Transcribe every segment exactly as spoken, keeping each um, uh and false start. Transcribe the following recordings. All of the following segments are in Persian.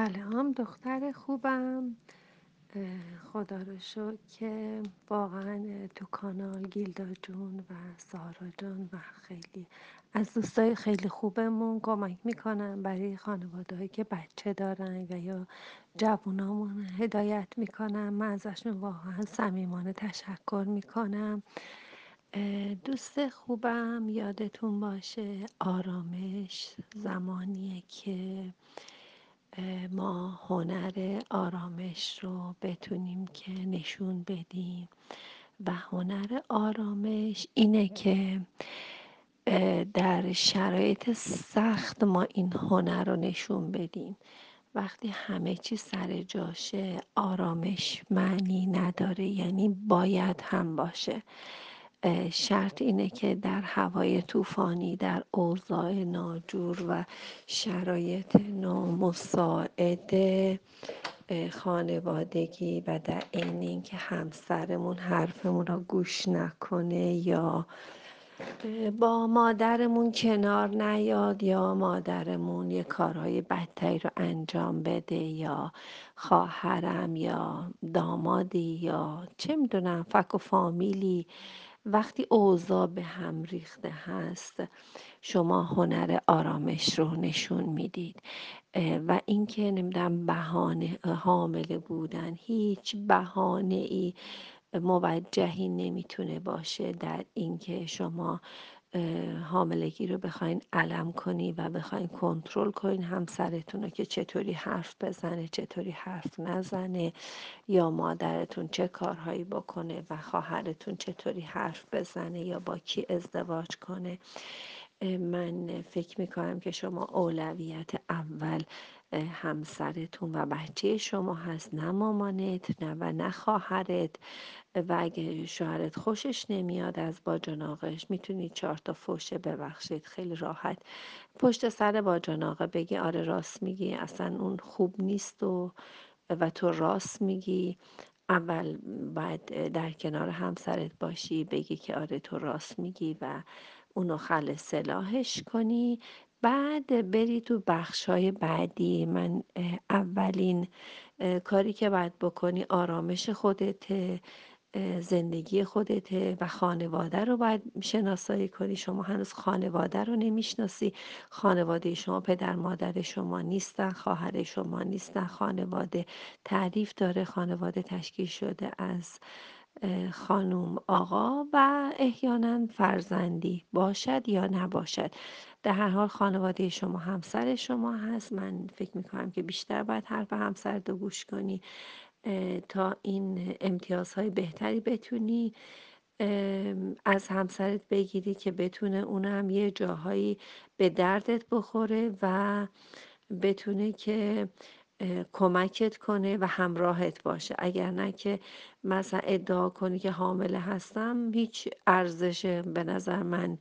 سلام دختر خوبم. اه، خدا رو شکر که واقعا اه، تو کانال گیلدا جون و سارا جون و خیلی از دوستای خیلی خوبمون کمک میکنن برای خانواده هایی که بچه دارن و یا جوونامون هدایت میکنن. من ازشون واقعا صمیمانه تشکر میکنم. دوست خوبم، یادتون باشه آرامش زمانیه که ما هنر آرامش رو بتونیم که نشون بدیم و هنر آرامش اینه که در شرایط سخت ما این هنر رو نشون بدیم. وقتی همه چی سر جاشه آرامش معنی نداره، یعنی باید هم باشه. شرط اینه که در هوای طوفانی، در اوضاع ناجور و شرایط نامساعد خانوادگی و در عین اینکه همسرمون حرفمون رو گوش نکنه یا با مادرمون کنار نیاد یا مادرمون یه کارهای بدتری رو انجام بده یا خواهرم یا دامادی یا چه میدونم فک و فامیلی، وقتی اوضاع به هم ریخته هست شما هنر آرامش رو نشون میدید. و اینکه نمیدونم بهانه حامله بودن، هیچ بهانه ای موجهی نمیتونه باشه در اینکه شما حاملگی رو بخواین علم کنی و بخواین کنترل کنین همسرتون رو که چطوری حرف بزنه چطوری حرف نزنه، یا مادرتون چه کارهایی بکنه و خواهرتون چطوری حرف بزنه یا با کی ازدواج کنه. من فکر میکنم که شما اولویت اول همسرتون و بچه شما هست، نه مامانت نه و نه خواهرت. و اگه شوهرت خوشش نمیاد از باجناقش میتونید چهار تا فوشه ببخشید خیلی راحت پشت سر باجناقه بگی آره راست میگی، اصلا اون خوب نیست و و تو راست میگی. اول باید در کنار همسرت باشی بگی که آره تو راست میگی و اونو خل سلاحش کنی. بعد بری تو بخشای بعدی. من اولین کاری که باید بکنی آرامش خودته، زندگی خودته و خانواده رو باید شناسایی کنی. شما هنوز خانواده رو نمیشناسی. خانواده شما پدر مادر شما نیستن، خواهر شما نیستن. خانواده تعریف داره. خانواده تشکیل شده از خانم آقا و احیانا فرزندی باشد یا نباشد. در هر حال خانواده شما همسر شما هست. من فکر میکنم که بیشتر باید حرف همسرت رو گوش کنی تا این امتیازهای بهتری بتونی از همسرت بگیری که بتونه اونم یه جاهایی به دردت بخوره و بتونه که کمکت کنه و همراهت باشه. اگر نه که مثلا ادعا کنی که حامله هستم، هیچ ارزش به نظر من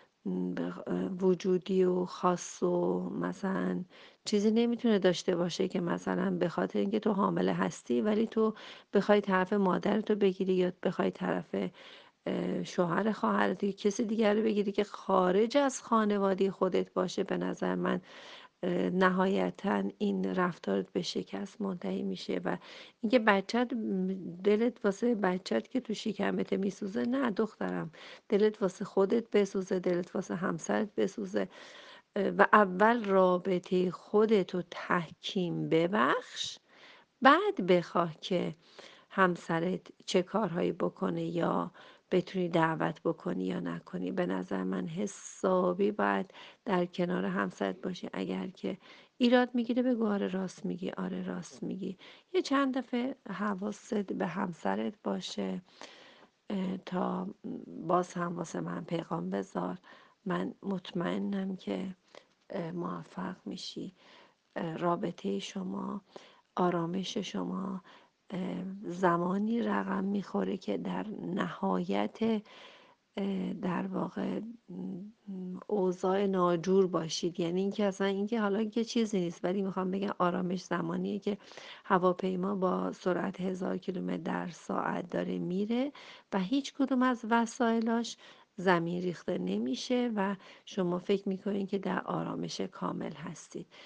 وجودی و خاص و مثلا چیزی نمیتونه داشته باشه که مثلا به خاطر اینکه تو حامله هستی ولی تو بخوای طرف مادرتو بگیری یا بخوای طرف شوهر خواهرت یا کسی دیگر رو بگیری که خارج از خانواده خودت باشه. به نظر من نهایتا این رفتارت به شکست منتهی میشه. و اینکه بچت دلت واسه بچت که تو شکمت میسوزه، نه دخترم، دلت واسه خودت بسوزه، دلت واسه همسرت بسوزه و اول رابطه خودتو تحکیم ببخش، بعد بخواه که همسرت چه کارهایی بکنه یا بتونی دعوت بکنی یا نکنی. به نظر من حسابی باید در کنار همسرت باشی. اگر که ایراد میگیره بگو آره راست میگی، آره راست میگی. یه چند دفعه حواست به همسرت باشه تا باز هم واسه من پیغام بذار. من مطمئنم که موفق میشی. رابطه شما، آرامش شما زمانی رقم میخوره که در نهایت در واقع اوضاع ناجور باشید. یعنی اینکه اصلا اینکه حالا که چیزی نیست ولی میخوام بگم آرامش زمانیه که هواپیما با سرعت هزار کیلومتر در ساعت داره میره و هیچ کدوم از وسایلاش زمین ریخته نمیشه و شما فکر میکنید که در آرامش کامل هستید.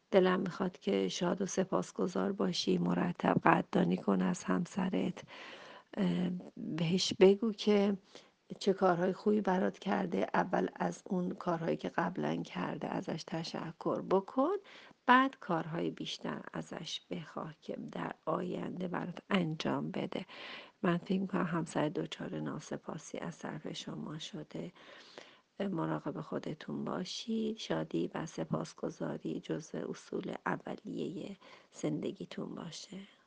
دلم میخواد که شاد و سپاسگزار باشی، مرتب قدردانی کن از همسرت. اه، بهش بگو که چه کارهای خوبی برات کرده. اول از اون کارهایی که قبلا کرده ازش تشکر بکن، بعد کارهای بیشتر ازش بخواه که در آینده برات انجام بده. من فکر میکنم همسر دچار ناسپاسی از طرف شما شده. مراقب خودتون باشید. شادی و سپاسگزاری جزو اصول اولیه زندگیتون باشه.